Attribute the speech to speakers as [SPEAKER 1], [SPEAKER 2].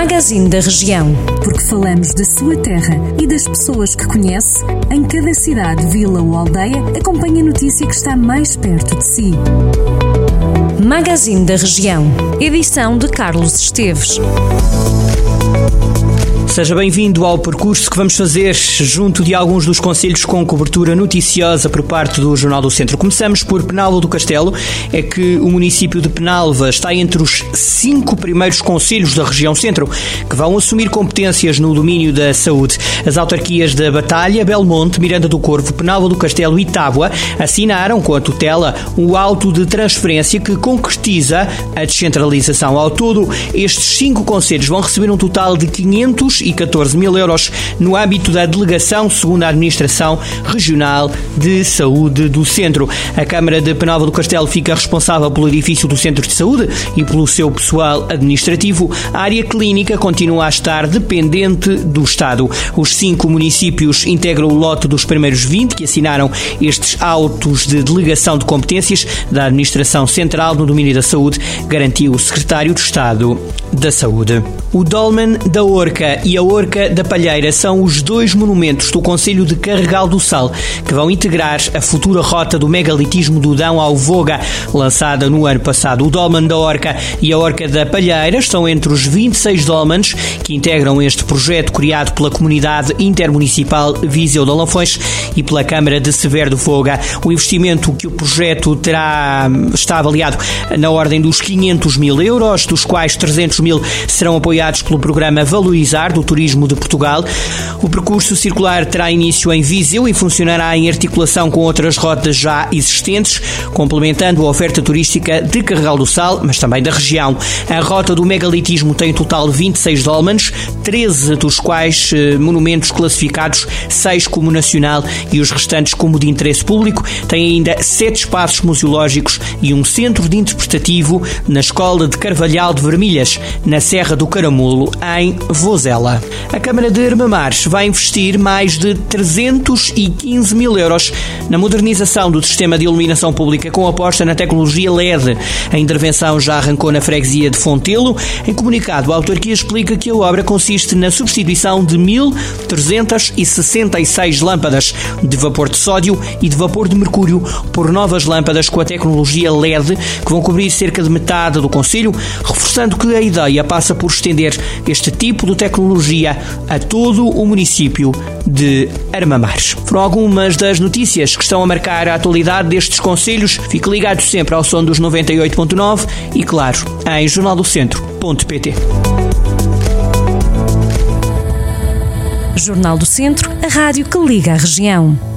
[SPEAKER 1] Magazine da Região.
[SPEAKER 2] Porque falamos da sua terra e das pessoas que conhece, em cada cidade, vila ou aldeia, acompanhe a notícia que está mais perto de si.
[SPEAKER 1] Magazine da Região. Edição de Carlos Esteves.
[SPEAKER 3] Seja bem-vindo ao percurso que vamos fazer junto de alguns dos concelhos com cobertura noticiosa por parte do Jornal do Centro. Começamos por Penalva do Castelo. É que o município de Penalva está entre os 5 primeiros concelhos da região Centro que vão assumir competências no domínio da saúde. As autarquias da Batalha, Belmonte, Miranda do Corvo, Penalva do Castelo e Tábua assinaram com a tutela o auto de transferência que concretiza a descentralização. Ao todo, estes 5 concelhos vão receber um total de 514 mil euros no âmbito da delegação segundo a Administração Regional de Saúde do Centro. A Câmara de Penalva do Castelo fica responsável pelo edifício do Centro de Saúde e pelo seu pessoal administrativo. A área clínica continua a estar dependente do Estado. Os 5 municípios integram o lote dos primeiros 20 que assinaram estes autos de delegação de competências da Administração Central no domínio da saúde, garantiu o Secretário de Estado da Saúde. O Dolmen da Orca e a Orca da Palheira são os 2 monumentos do concelho de Carregal do Sal que vão integrar a futura rota do megalitismo do Dão ao Voga, lançada no ano passado. O Dolmen da Orca e a Orca da Palheira estão entre os 26 dolmens que integram este projeto criado pela Comunidade Intermunicipal Viseu de Alanfões e pela Câmara de Severo do Voga. O investimento que o projeto terá está avaliado na ordem dos 500 mil euros, dos quais 300 mil serão apoiados pelo programa Valorizar do Turismo de Portugal. O percurso circular terá início em Viseu e funcionará em articulação com outras rotas já existentes, complementando a oferta turística de Carregal do Sal, mas também da região. A rota do megalitismo tem um total de 26 dolmens, 13 dos quais monumentos classificados, 6 como nacional e os restantes como de interesse público. Tem ainda 7 espaços museológicos e um centro de interpretativo na Escola de Carvalhal de Vermelhas, na Serra do Caramulo, em Vozela. A Câmara de Armamares vai investir mais de 315 mil euros na modernização do sistema de iluminação pública com aposta na tecnologia LED. A intervenção já arrancou na freguesia de Fontelo. Em comunicado, a autarquia explica que a obra consiste na substituição de 1.366 lâmpadas de vapor de sódio e de vapor de mercúrio por novas lâmpadas com a tecnologia LED que vão cobrir cerca de metade do concelho, reforçando que a ideia passa por estender este tipo de tecnologia a todo o município de Armamares. Foram algumas das notícias que estão a marcar a atualidade destes concelhos. Fique ligado sempre ao som dos 98.9 e, claro, em jornaldocentro.pt.
[SPEAKER 1] Jornal do Centro, a rádio que liga a região.